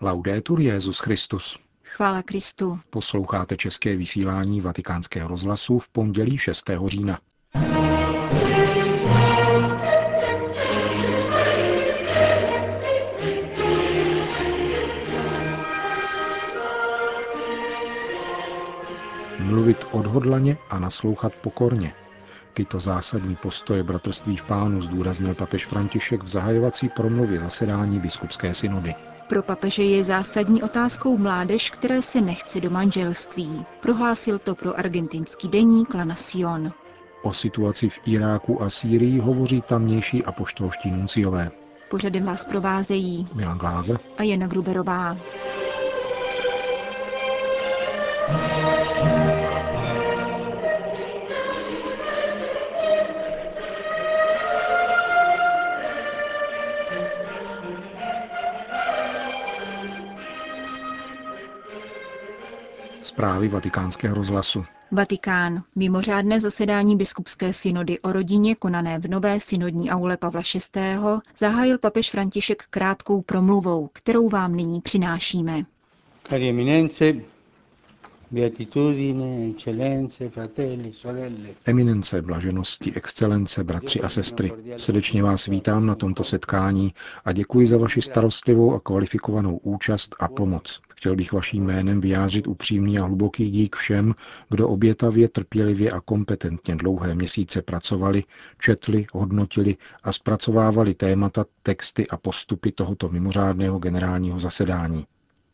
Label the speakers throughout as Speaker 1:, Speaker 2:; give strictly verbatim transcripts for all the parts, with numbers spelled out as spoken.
Speaker 1: Laudetur Jesus Christus.
Speaker 2: Chvála Kristu.
Speaker 1: Posloucháte české vysílání Vatikánského rozhlasu v pondělí šestého října. Mluvit odhodlaně a naslouchat pokorně. Tyto zásadní postoje bratrství v Pánu zdůraznil papež František v zahajovací promluvě zasedání biskupské synody.
Speaker 2: Pro papeže je zásadní otázkou mládež, které se nechce do manželství. Prohlásil to pro argentinský deník La Nación.
Speaker 1: O situaci v Iráku a Sýrii hovoří tamnější apoštolští nunciové.
Speaker 2: Pořadem vás provázejí
Speaker 1: Milan Glázer
Speaker 2: a Jana Gruberová.
Speaker 1: Zprávy Vatikánského rozhlasu.
Speaker 2: Vatikán. Mimořádné zasedání biskupské synody o rodině konané v nové synodní aule Pavla šestého. zahájil papež František krátkou promluvou, kterou vám nyní přinášíme.
Speaker 3: Cari eminence, beatitudine, eccellenze, fratelli, sorelle.
Speaker 1: Eminence, blaženosti, excelence, bratři a sestry, srdečně vás vítám na tomto setkání a děkuji za vaši starostlivou a kvalifikovanou účast a pomoc. Chtěl bych vaším jménem vyjádřit upřímný a hluboký dík všem, kdo obětavě, trpělivě a kompetentně dlouhé měsíce pracovali, četli, hodnotili a zpracovávali témata, texty a postupy tohoto mimořádného generálního zasedání.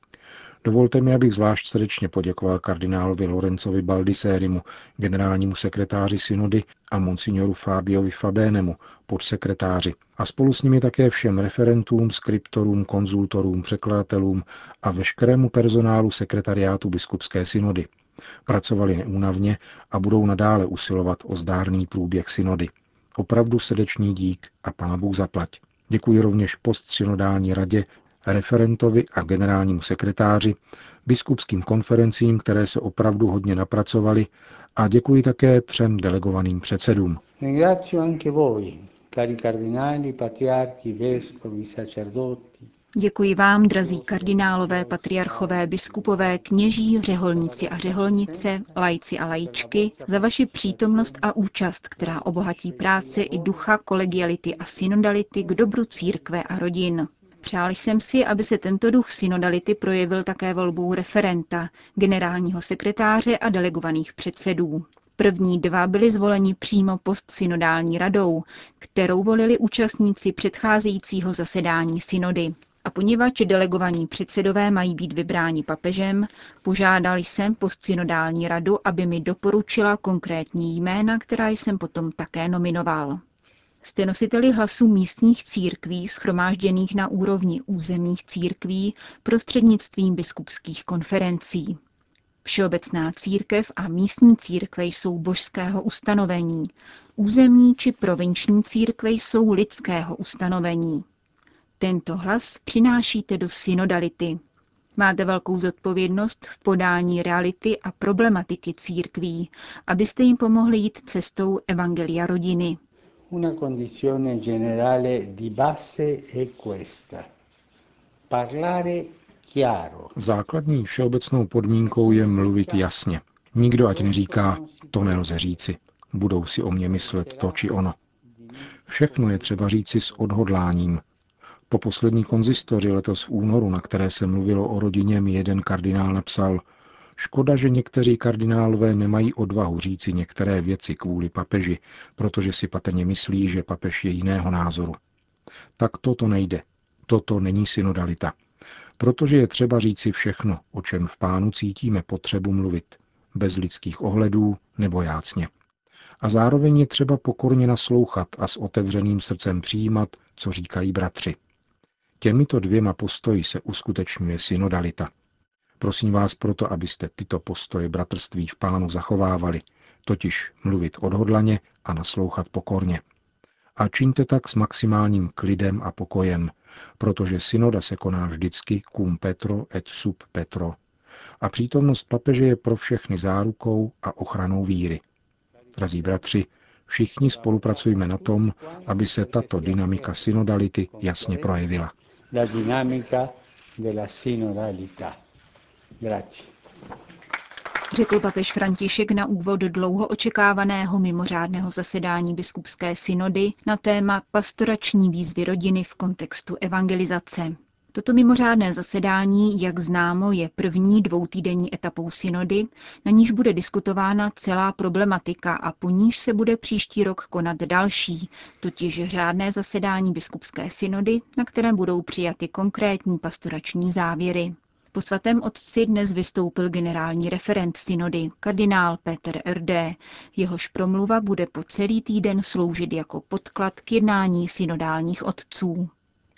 Speaker 1: Dovolte mi, abych zvlášť srdečně poděkoval kardinálovi Lorenzovi Baldisserimu, generálnímu sekretáři synody, a monsignoru Fabiovi Fabénemu, podsekretáři, a spolu s nimi také všem referentům, skriptorům, konzultorům, překladatelům a veškerému personálu sekretariátu biskupské synody. Pracovali neúnavně a budou nadále usilovat o zdárný průběh synody. Opravdu srdečný dík a Pán Bůh zaplať. Děkuji rovněž postsynodální radě, referentovi a generálnímu sekretáři, biskupským konferencím, které se opravdu hodně napracovali, a děkuji také třem delegovaným předsedům.
Speaker 3: Ringrazio anche voi, cari cardinali, patriarchi, vescovi, sacerdoti.
Speaker 2: Děkuji vám, drazí kardinálové, patriarchové, biskupové, kněží, řeholníci a řeholnice, laici a laičky, za vaši přítomnost a účast, která obohatí práce i ducha kolegiality a synodality k dobru církve a rodin. Přál jsem si, aby se tento duch synodality projevil také volbou referenta, generálního sekretáře a delegovaných předsedů. První dva byli zvoleni přímo postsynodální radou, kterou volili účastníci předcházejícího zasedání synody. A poněvadž delegovaní předsedové mají být vybráni papežem, požádal jsem postsynodální radu, aby mi doporučila konkrétní jména, která jsem potom také nominoval. Jste nositeli hlasů místních církví shromážděných na úrovni územních církví prostřednictvím biskupských konferencí. Všeobecná církev a místní církve jsou božského ustanovení, územní či provinční církve jsou lidského ustanovení. Tento hlas přinášíte do synodality. Máte velkou zodpovědnost v podání reality a problematiky církví, abyste jim pomohli jít cestou evangelia rodiny.
Speaker 3: Una condizione generale di base è questa. Parlare chiaro.
Speaker 1: Základní všeobecnou podmínkou je mluvit jasně. Nikdo ať neříká, to nelze říci, budou si o mě myslet to či ono. Všechno je třeba říci s odhodláním. Po poslední konzistoři letos v únoru, na které se mluvilo o rodině, mi jeden kardinál napsal: škoda, že někteří kardinálové nemají odvahu říci některé věci kvůli papeži, protože si patrně myslí, že papež je jiného názoru. Tak toto nejde. Toto není synodalita. Protože je třeba říci všechno, o čem v Pánu cítíme potřebu mluvit, bez lidských ohledů nebo jácně. A zároveň je třeba pokorně naslouchat a s otevřeným srdcem přijímat, co říkají bratři. Těmito dvěma postoji se uskutečňuje synodalita. Prosím vás proto, abyste tyto postoje bratrství v Pánu zachovávali, totiž mluvit odhodlaně a naslouchat pokorně. A čiňte tak s maximálním klidem a pokojem, protože synoda se koná vždycky cum Petro et sub Petro. A přítomnost papeže je pro všechny zárukou a ochranou víry. Drazí bratři, všichni spolupracujme na tom, aby se tato dynamika synodality jasně projevila.
Speaker 3: La dinamica della sinodalità. Grazie.
Speaker 2: Řekl papež František na úvod dlouho očekávaného mimořádného zasedání biskupské synody na téma pastorační výzvy rodiny v kontextu evangelizace. Toto mimořádné zasedání, jak známo, je první dvoutýdenní etapou synody, na níž bude diskutována celá problematika a po níž se bude příští rok konat další, totiž řádné zasedání biskupské synody, na kterém budou přijaty konkrétní pastorační závěry. Po svatém otci dnes vystoupil generální referent synody, kardinál Peter Erde. Jehož promluva bude po celý týden sloužit jako podklad k jednání synodálních otců.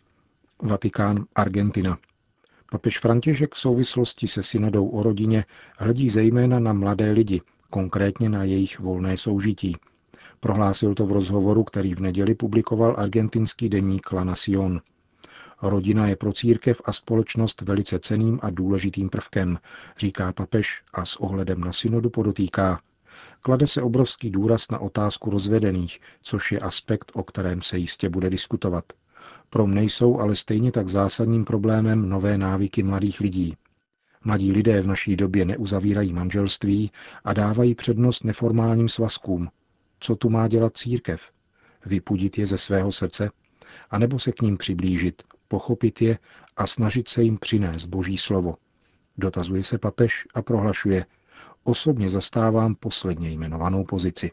Speaker 1: Vatikán, Argentina. Papež František v souvislosti se synodou o rodině hledí zejména na mladé lidi, konkrétně na jejich volné soužití. Prohlásil to v rozhovoru, který v neděli publikoval argentinský deník La Nación. Rodina je pro církev a společnost velice cenným a důležitým prvkem, říká papež a s ohledem na synodu podotýká. Klade se obrovský důraz na otázku rozvedených, což je aspekt, o kterém se jistě bude diskutovat. Pro mne jsou ale stejně tak zásadním problémem nové návyky mladých lidí. Mladí lidé v naší době neuzavírají manželství a dávají přednost neformálním svazkům. Co tu má dělat církev? Vypudit je ze svého srdce? A nebo se k ním přiblížit, pochopit je a snažit se jim přinést Boží slovo? Dotazuje se papež a prohlašuje: osobně zastávám posledně jmenovanou pozici.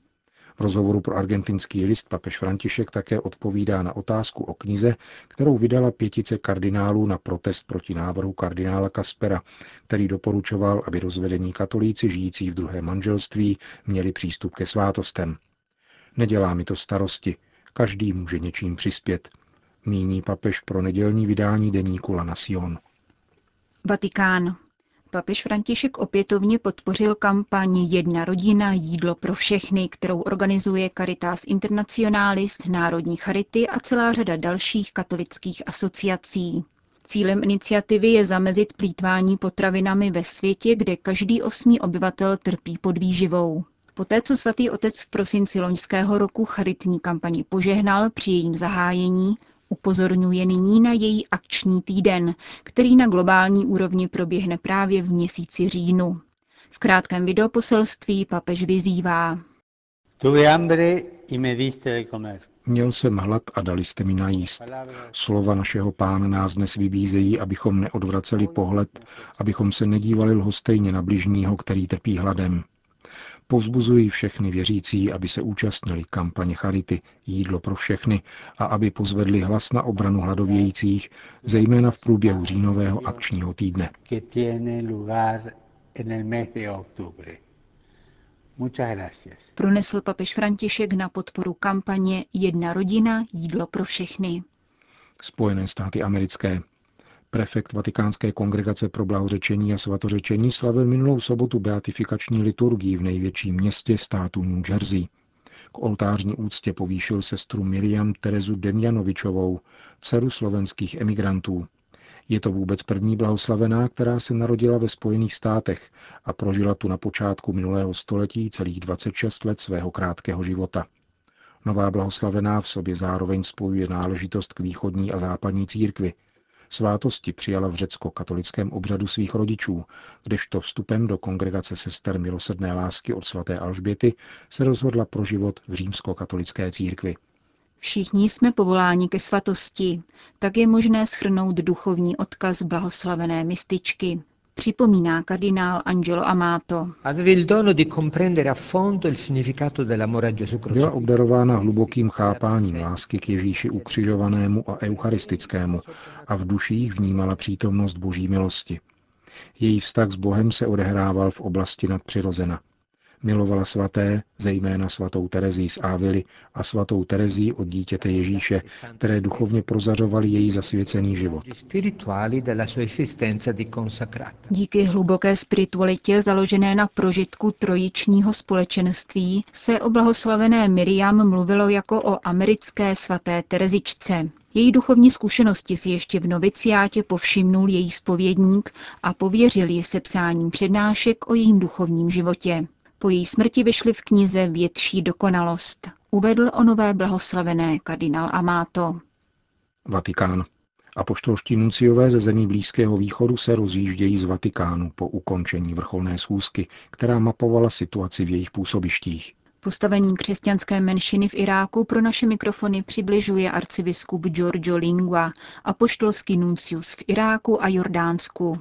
Speaker 1: V rozhovoru pro argentinský list papež František také odpovídá na otázku o knize, kterou vydala pětice kardinálů na protest proti návrhu kardinála Kaspera, který doporučoval, aby rozvedení katolíci žijící v druhém manželství měli přístup ke svátostem. Nedělá mi to starosti, každý může něčím přispět, míní papež pro nedělní vydání deníku La Nación.
Speaker 2: Vatikán. Papež František opětovně podpořil kampaň Jedna rodina, jídlo pro všechny, kterou organizuje Caritas Internationalis, Národní charity a celá řada dalších katolických asociací. Cílem iniciativy je zamezit plýtvání potravinami ve světě, kde každý osmý obyvatel trpí podvýživou. Poté, co svatý otec v prosinci loňského roku charitní kampani požehnal při jejím zahájení, upozorňuje nyní na její akční týden, který na globální úrovni proběhne právě v měsíci říjnu. V krátkém videoposelství papež vyzývá:
Speaker 1: Měl jsem hlad a dali jste mi najíst. Slova našeho Pána nás dnes vybízejí, abychom neodvraceli pohled, abychom se nedívali lhostejně na bližního, který trpí hladem. Povzbuzují všechny věřící, aby se účastnili kampaně charity Jídlo pro všechny a aby pozvedli hlas na obranu hladovějících, zejména v průběhu říjnového akčního týdne.
Speaker 2: Pronesl papež František na podporu kampaně Jedna rodina, jídlo pro všechny.
Speaker 1: Spojené státy americké. Prefekt Vatikánské kongregace pro blahořečení a svatořečení slavil minulou sobotu beatifikační liturgii v největším městě státu New Jersey. K oltářní úctě povýšil sestru Miriam Terezu Demjanovičovou, dceru slovenských emigrantů. Je to vůbec první blahoslavená, která se narodila ve Spojených státech a prožila tu na počátku minulého století celých dvacet šest let svého krátkého života. Nová blahoslavená v sobě zároveň spojuje náležitost k východní a západní církvi. Svátosti přijala v řecko-katolickém obřadu svých rodičů, kdežto vstupem do kongregace sester milosrdné lásky od svaté Alžběty se rozhodla pro život v římskokatolické církvi.
Speaker 2: Všichni jsme povoláni ke svatosti, tak je možné shrnout duchovní odkaz blahoslavené mističky, připomíná kardinál Angelo Amato.
Speaker 1: Byla obdarována hlubokým chápáním lásky k Ježíši ukřižovanému a eucharistickému a v duších vnímala přítomnost Boží milosti. Její vztah s Bohem se odehrával v oblasti nadpřirozena. Milovala svaté, zejména svatou Terezii z Ávily a svatou Terezii od dítěte Ježíše, které duchovně prozařovaly její zasvěcený život.
Speaker 2: Díky hluboké spiritualitě založené na prožitku trojičního společenství se o blahoslavené Miriam mluvilo jako o americké svaté Terezičce. Její duchovní zkušenosti si ještě v noviciátě povšimnul její zpovědník a pověřil ji sepsáním přednášek o jejím duchovním životě. Po její smrti vyšly v knize Větší dokonalost. Uvedl o nové blahoslavené kardinál Amato.
Speaker 1: Vatikán. Apoštolští nunciové ze zemí Blízkého východu se rozjíždějí z Vatikánu po ukončení vrcholné schůzky, která mapovala situaci v jejich působištích.
Speaker 2: Postavení křesťanské menšiny v Iráku pro naše mikrofony přibližuje arcibiskup Giorgio Lingua, apoštolský nuncius v Iráku a Jordánsku.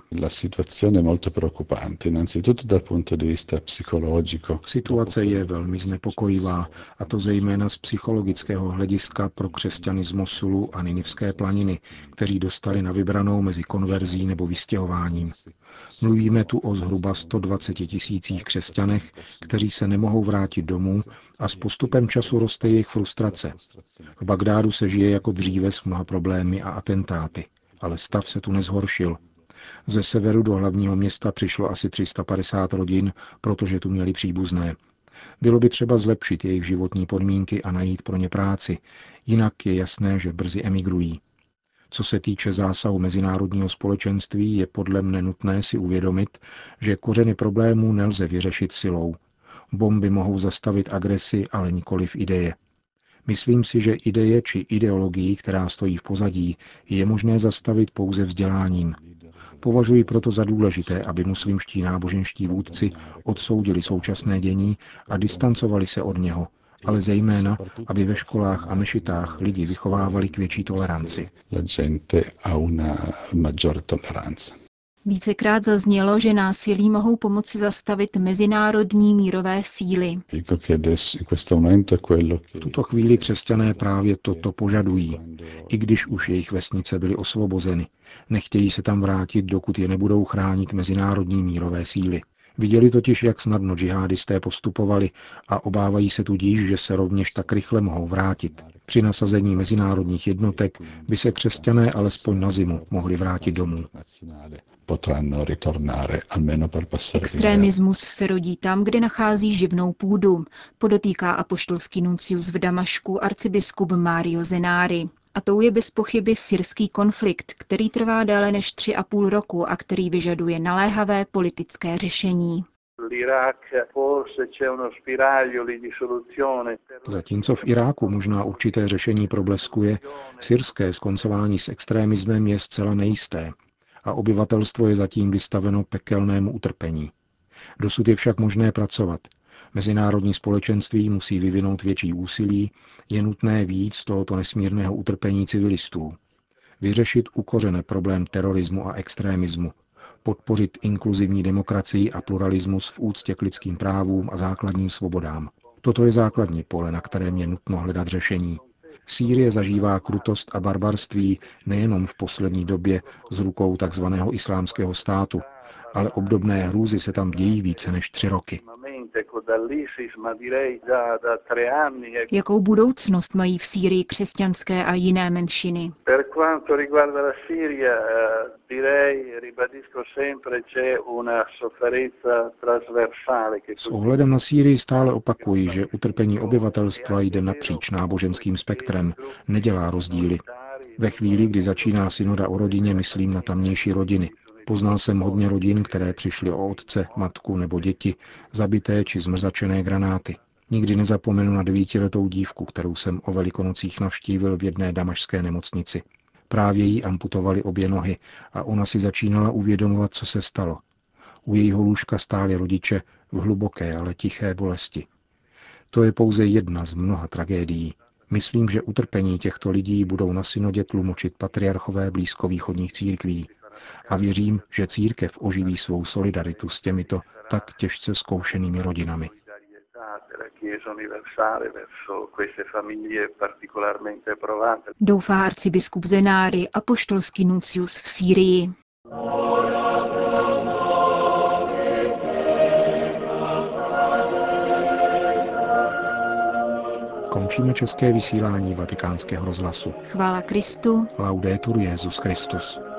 Speaker 1: Situace je velmi znepokojivá, a to zejména z psychologického hlediska pro křesťany z Mosulu a Ninivské planiny, kteří dostali na vybranou mezi konverzí nebo vystěhováním. Mluvíme tu o zhruba sto dvacet tisících křesťanech, kteří se nemohou vrátit domů, a s postupem času roste jejich frustrace. V Bagdádu se žije jako dříve s mnoha problémy a atentáty, ale stav se tu nezhoršil. Ze severu do hlavního města přišlo asi tři sta padesát rodin, protože tu měli příbuzné. Bylo by třeba zlepšit jejich životní podmínky a najít pro ně práci, jinak je jasné, že brzy emigrují. Co se týče zásahu mezinárodního společenství, je podle mne nutné si uvědomit, že kořeny problémů nelze vyřešit silou. Bomby mohou zastavit agresi, ale nikoliv ideje. Myslím si, že ideje či ideologii, která stojí v pozadí, je možné zastavit pouze vzděláním. Považuji proto za důležité, aby muslimští náboženští vůdci odsoudili současné dění a distancovali se od něho, ale zejména, aby ve školách a mešitách lidi vychovávali k větší toleranci.
Speaker 2: Vícekrát zaznělo, že násilí mohou pomoci zastavit mezinárodní mírové síly.
Speaker 1: V tuto chvíli křesťané právě toto požadují, i když už jejich vesnice byly osvobozeny. Nechtějí se tam vrátit, dokud je nebudou chránit mezinárodní mírové síly. Viděli totiž, jak snadno džihádisté postupovali a obávají se tudíž, že se rovněž tak rychle mohou vrátit. Při nasazení mezinárodních jednotek by se křesťané alespoň na zimu mohli vrátit domů.
Speaker 2: Extrémismus se rodí tam, kde nachází živnou půdu, podotýká apoštolský nuncius v Damašku arcibiskup Mario Zenari. A tou je bez pochyby syrský konflikt, který trvá déle než tři a půl roku a který vyžaduje naléhavé politické řešení.
Speaker 1: Zatímco v Iráku možná určité řešení probleskuje, syrské skoncování s extrémismem je zcela nejisté a obyvatelstvo je zatím vystaveno pekelnému utrpení. Dosud je však možné pracovat. Mezinárodní společenství musí vyvinout větší úsilí, je nutné vyjít z tohoto nesmírného utrpení civilistů. Vyřešit ukořené problém terorismu a extrémismu, podpořit inkluzivní demokracii a pluralismus v úctě k lidským právům a základním svobodám. Toto je základní pole, na kterém je nutno hledat řešení. Sýrie zažívá krutost a barbarství nejenom v poslední době z rukou tzv. Islámského státu, ale obdobné hrůzy se tam dějí více než tři roky.
Speaker 2: Jakou budoucnost mají v Sýrii křesťanské a jiné menšiny?
Speaker 1: S ohledem na Sýrii stále opakuji, že utrpení obyvatelstva jde napříč náboženským spektrem, nedělá rozdíly. Ve chvíli, kdy začíná synoda o rodině, myslím na tamnější rodiny. Poznal jsem hodně rodin, které přišly o otce, matku nebo děti, zabité či zmrzačené granáty. Nikdy nezapomenu na devítiletou dívku, kterou jsem o Velikonocích navštívil v jedné damašské nemocnici. Právě jí amputovali obě nohy a ona si začínala uvědomovat, co se stalo. U jejího lůžka stáli rodiče v hluboké, ale tiché bolesti. To je pouze jedna z mnoha tragédií. Myslím, že utrpení těchto lidí budou na synodě tlumočit patriarchové blízkovýchodních církví. A věřím, že církev oživí svou solidaritu s těmito tak těžce zkoušenými rodinami.
Speaker 2: Doufá arcibiskup Zenari, apoštolský nuncius v Sýrii.
Speaker 1: Končíme české vysílání Vatikánského rozhlasu.
Speaker 2: Chvála Kristu.
Speaker 1: Laudetur Jesus Christus.